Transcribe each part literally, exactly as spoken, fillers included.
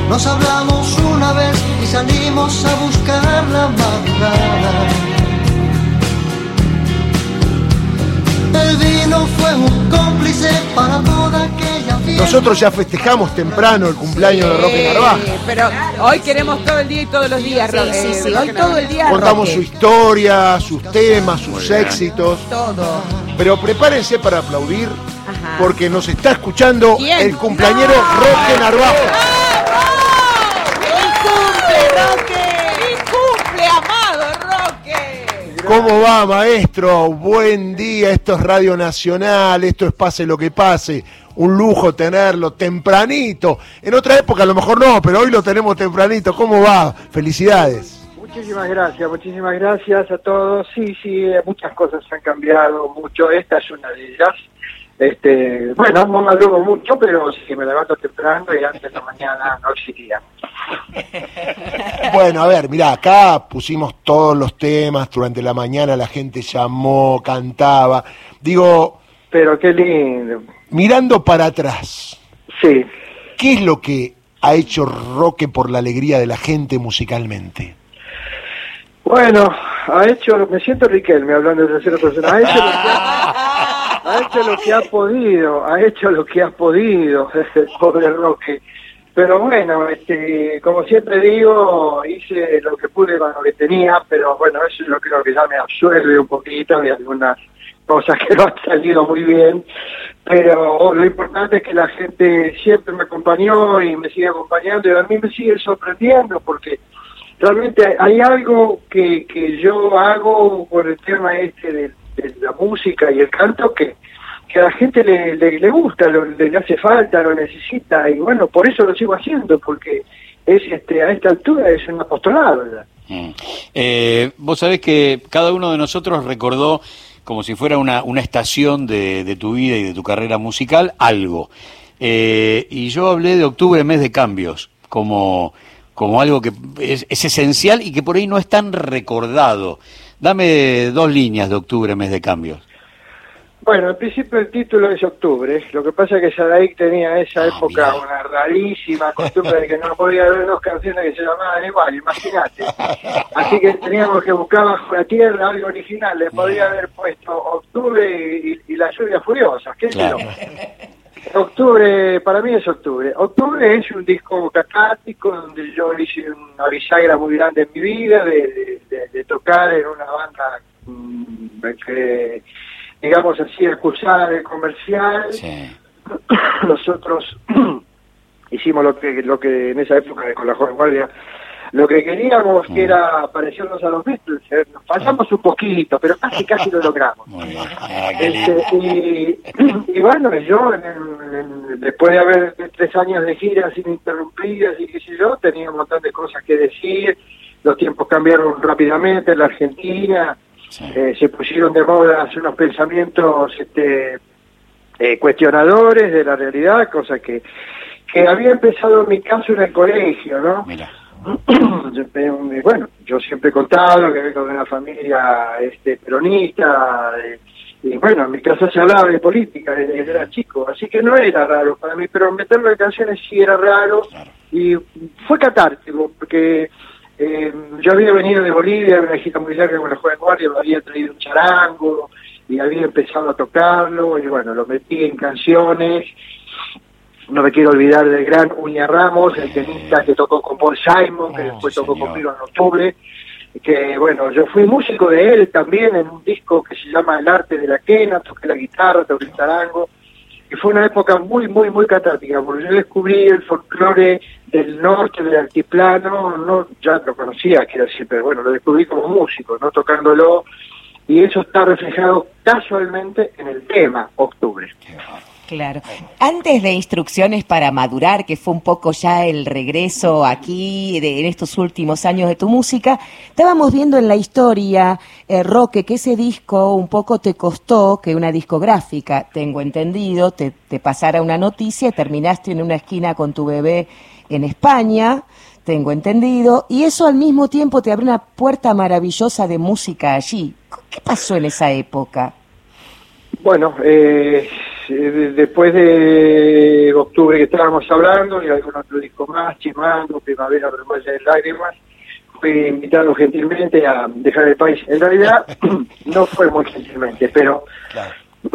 Nos hablamos una vez y salimos a buscar la madrugada. El vino fue un cómplice para toda aquella fiesta. Nosotros ya festejamos temprano el cumpleaños sí, de Roque Narvaja. Pero hoy queremos todo el día y todos los días, sí, Roque. Sí, sí, sí. Hoy todo el día. Contamos Roque. su historia, sus temas, sus éxitos. Todo. Pero prepárense para aplaudir. Ajá. Porque nos está escuchando ¿Quién? el cumpleañero ¡No! Roque Narvaja. ¿Cómo va, maestro? Buen día, esto es Radio Nacional, esto es Pase lo que pase. Un lujo tenerlo tempranito. En otra época a lo mejor no, pero hoy lo tenemos tempranito. ¿Cómo va? Felicidades. Muchísimas gracias, muchísimas gracias a todos. Sí, sí, muchas cosas han cambiado mucho. Esta es una de ellas. Este, bueno, no madrugo mucho, pero sí me levanto temprano y antes de la mañana no existía. Bueno, a ver, mirá, acá pusimos todos los temas, durante la mañana la gente llamó, cantaba. Digo... Pero qué lindo. Mirando para atrás. Sí. ¿Qué es lo que ha hecho Roque por la alegría de la gente musicalmente? Bueno, ha hecho, me siento Riquelme hablando de tercera persona, ha hecho lo que ha, ha hecho lo que ha podido, ha hecho lo que ha podido, el pobre Roque. Pero bueno, este, como siempre digo, hice lo que pude con lo que tenía, pero bueno, eso yo creo que ya me absuelve un poquito de algunas cosas que no han salido muy bien, pero lo importante es que la gente siempre me acompañó y me sigue acompañando y a mí me sigue sorprendiendo porque realmente hay algo que, que yo hago por el tema este de, de la música y el canto que que a la gente le, le, le gusta, lo, le hace falta, lo necesita, y bueno, por eso lo sigo haciendo, porque es este a esta altura es un apostolado, ¿verdad? Mm. Eh, vos sabés que cada uno de nosotros recordó, como si fuera una, una estación de, de tu vida y de tu carrera musical, algo. Eh, y yo hablé de octubre, mes de cambios, como, como algo que es, es esencial y que por ahí no es tan recordado. Dame dos líneas de octubre, mes de cambios. Bueno, en principio el título es Octubre, lo que pasa es que Sadaik tenía esa ah, época mirá. una rarísima costumbre de que no podía haber dos canciones que se llamaban igual, imagínate. Así que teníamos que buscar bajo la tierra algo original, le podía haber puesto Octubre y, y las lluvias furiosas, ¿qué claro. sé yo? Octubre, para mí es Octubre. Octubre es un disco catártico donde yo hice una bisagra muy grande en mi vida, de, de, de, de tocar en una banda mmm, que... digamos así, acusada de comercial. Sí. Nosotros hicimos lo que lo que en esa época con la Joven Guardia, lo que queríamos, mm. que era parecernos a los Beatles. Nos pasamos un poquito, pero casi casi lo logramos. Muy bien. Ah, este, y, y bueno, yo en el, en, después de haber tres años de giras ininterrumpidas y qué sé yo, tenía un montón de cosas que decir. Los tiempos cambiaron rápidamente en la Argentina. Sí. Eh, se pusieron de moda unos pensamientos este, eh, cuestionadores de la realidad, cosa que, que había empezado en mi caso en el colegio, ¿no? Mira. Bueno, yo siempre he contado que vengo de una familia este, peronista, eh, y bueno, en mi casa se hablaba de política desde que era chico, así que no era raro para mí, pero meterlo en canciones sí era raro, claro. Y fue catártico, porque... Eh, yo había venido de Bolivia, una gira muy larga con la Joven Guardia, me había traído un charango y había empezado a tocarlo y bueno, lo metí en canciones. No me quiero olvidar del gran Uña Ramos, el tenista que tocó con Paul Simon, que oh, después tocó señor. conmigo en octubre, que bueno, yo fui músico de él también en un disco que se llama El Arte de la Quena, toqué la guitarra, toqué el charango. Y fue una época muy, muy, muy catártica, porque yo descubrí el folclore del norte, del altiplano, no ya lo conocía, quiero decir, pero bueno, lo descubrí como músico, no tocándolo, y eso está reflejado casualmente en el tema Octubre. Claro. Antes de Instrucciones para Madurar, que fue un poco ya el regreso aquí de, en estos últimos años de tu música, estábamos viendo en la historia, eh, Roque, que ese disco un poco te costó que una discográfica, tengo entendido, te, te pasara una noticia y terminaste en una esquina con tu bebé en España, tengo entendido, y eso al mismo tiempo te abrió una puerta maravillosa de música allí. ¿Qué pasó en esa época? Bueno, eh, eh, después de octubre que estábamos hablando, y algún otro disco más, Chimando, Primavera, Vergüenza de Lágrimas, fui invitado gentilmente a dejar el país. En realidad, no fue muy gentilmente, pero Claro.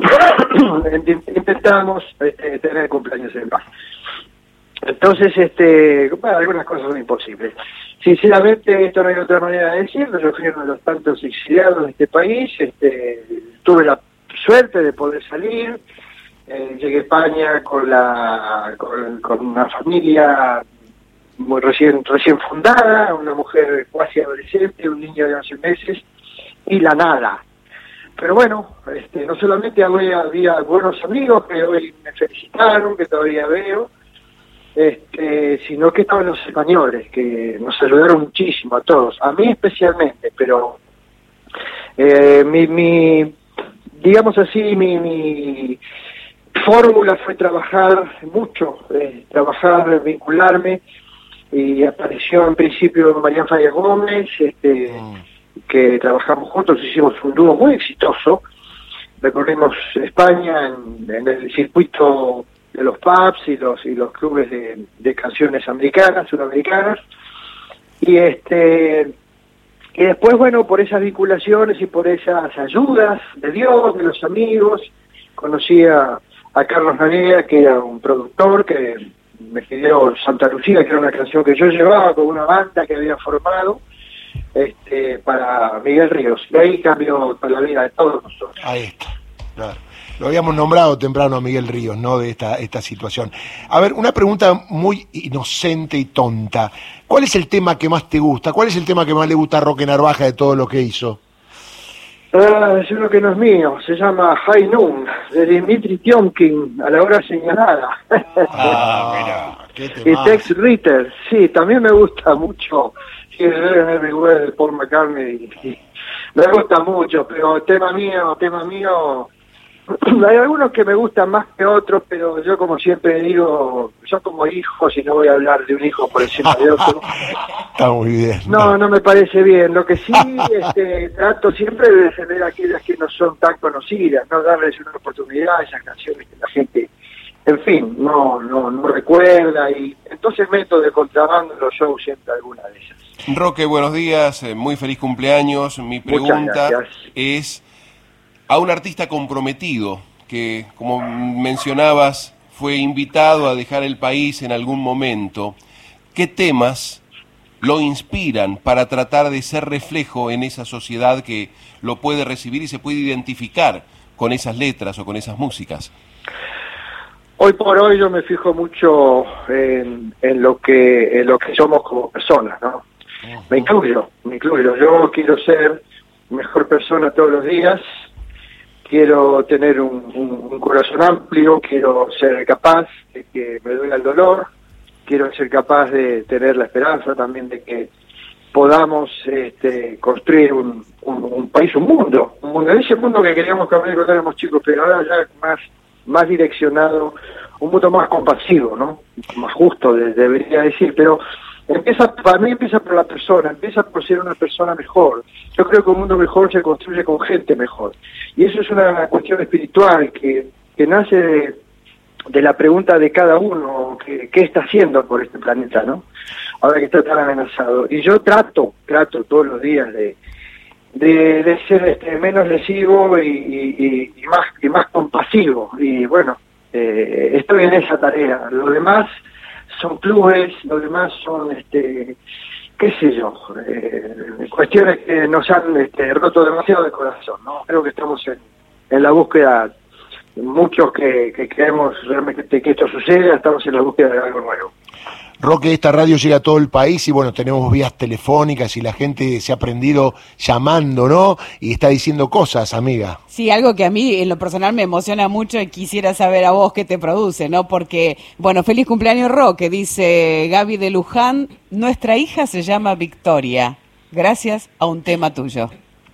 intentamos este, tener cumpleaños en paz. Entonces, este, bueno, algunas cosas son imposibles. Sinceramente, esto no hay otra manera de decirlo. Yo fui uno de los tantos exiliados de este país. Este, tuve la suerte de poder salir. Eh, llegué a España con la con, con una familia muy recién recién fundada, una mujer casi adolescente, un niño de once meses y la nada. Pero bueno, este, no solamente había, había buenos amigos que hoy me felicitaron, que todavía veo, este, sino que estaban los españoles, que nos ayudaron muchísimo a todos, a mí especialmente, pero eh, mi, mi, digamos así, mi, mi fórmula fue trabajar mucho, eh, trabajar, vincularme, y apareció en principio Marián Falla Gómez, este, mm. que trabajamos juntos, hicimos un dúo muy exitoso, recorrimos España en, en el circuito de los pubs y los y los clubes de, de canciones americanas, sudamericanas, y este y después, bueno, por esas vinculaciones y por esas ayudas de Dios, de los amigos, conocí a, a Carlos Narea, que era un productor que me pidió Santa Lucía, que era una canción que yo llevaba con una banda que había formado, este, para Miguel Ríos, y ahí cambió la vida de todos nosotros. Ahí está, claro. Lo habíamos nombrado temprano a Miguel Ríos, ¿no?, de esta, esta situación. A ver, una pregunta muy inocente y tonta. ¿Cuál es el tema que más te gusta? ¿Cuál es el tema que más le gusta a Roque Narvaja de todo lo que hizo? Ah, es uno que no es mío, se llama High Noon, de Dimitri Tiomkin, a la hora señalada. Ah, mira, qué y Tex Ritter, sí, también me gusta mucho. Sí, de Paul McCartney, y, y, me gusta mucho, pero tema mío, tema mío, hay algunos que me gustan más que otros, pero yo, como siempre digo, yo como hijo, si no voy a hablar de un hijo por encima de otro. Está muy bien. No, no, no me parece bien. Lo que sí, este, trato siempre de defender a aquellas que no son tan conocidas, no darles una oportunidad a esas canciones que la gente, en fin, no no no recuerda, y entonces meto de contrabando en los shows siempre alguna de esas. Roque, buenos días, eh, muy feliz cumpleaños. Mi pregunta es a un artista comprometido que, como mencionabas, fue invitado a dejar el país en algún momento. ¿Qué temas lo inspiran para tratar de ser reflejo en esa sociedad que lo puede recibir y se puede identificar con esas letras o con esas músicas? Hoy por hoy yo me fijo mucho en, en lo que en lo que somos como personas, ¿no? Uh-huh. Me incluyo, me incluyo. Yo quiero ser mejor persona todos los días. Quiero tener un, un, un corazón amplio, quiero ser capaz de que me duela el dolor, quiero ser capaz de tener la esperanza también de que podamos este, construir un, un, un país, un mundo, un mundo, ese mundo que queríamos cambiar cuando éramos chicos, pero ahora ya más, más direccionado, un mundo más compasivo, ¿no? Más justo, de, debería decir, pero empieza, para mí empieza por la persona, empieza por ser una persona mejor. Yo creo que un mundo mejor se construye con gente mejor. Y eso es una cuestión espiritual que, que nace de, de la pregunta de cada uno, que, qué está haciendo por este planeta, ¿no? Ahora que está tan amenazado. Y yo trato, trato todos los días de, de, de ser este, menos lesivo y, y, y, más, y más compasivo. Y bueno, eh, estoy en esa tarea. Lo demás son clubes, lo demás son, este, qué sé yo, eh, cuestiones que nos han este, roto demasiado de corazón, ¿no? Creo que estamos en, en la búsqueda, muchos que, que queremos realmente que esto suceda, estamos en la búsqueda de algo nuevo. Roque, esta radio llega a todo el país y bueno, tenemos vías telefónicas y la gente se ha prendido llamando, ¿no? Y está diciendo cosas, amiga. Sí, algo que a mí en lo personal me emociona mucho y quisiera saber a vos qué te produce, ¿no? Porque, bueno, feliz cumpleaños, Roque, dice Gaby de Luján, nuestra hija se llama Victoria, gracias a un tema tuyo.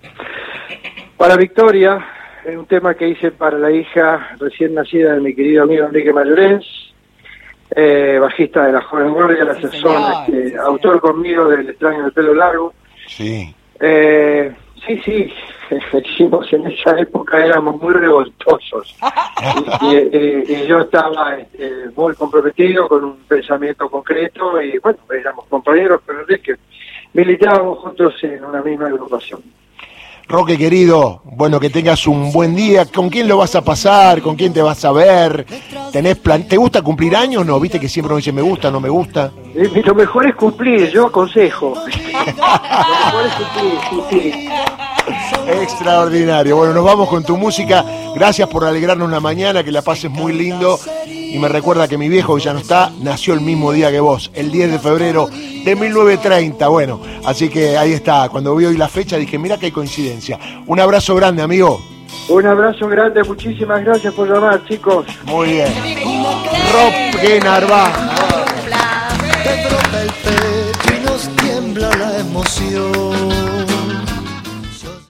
Para Victoria, es un tema que hice para la hija recién nacida de mi querido amigo Enrique Mayorens, Eh, bajista de la Joven Guardia, la sí, asesor, este, sí, autor conmigo del Extraño del Pelo Largo. Sí. Eh, Sí, sí, hicimos en esa época, éramos muy revoltosos. y, y, y, y yo estaba este, muy comprometido con un pensamiento concreto y bueno, éramos compañeros, pero es que militábamos juntos en una misma agrupación. Roque, querido, bueno, que tengas un buen día. ¿Con quién lo vas a pasar? ¿Con quién te vas a ver? ¿Tenés plan... ¿Te gusta cumplir años? ¿No? ¿Viste que siempre uno dice me gusta, no me gusta? Y lo mejor es cumplir, yo aconsejo. Lo mejor es cumplir, sí, sí. Extraordinario. Bueno, nos vamos con tu música. Gracias por alegrarnos la mañana, que la pases muy lindo. Y me recuerda que mi viejo, que ya no está, nació el mismo día que vos, el diez de febrero de mil novecientos treinta. Bueno, así que ahí está. Cuando vi hoy la fecha dije, mira qué coincidencia. Un abrazo grande, amigo. Un abrazo grande, muchísimas gracias por llamar, chicos. Muy bien. Roque Narváez. Te brota el pecho y nos tiembla la emoción.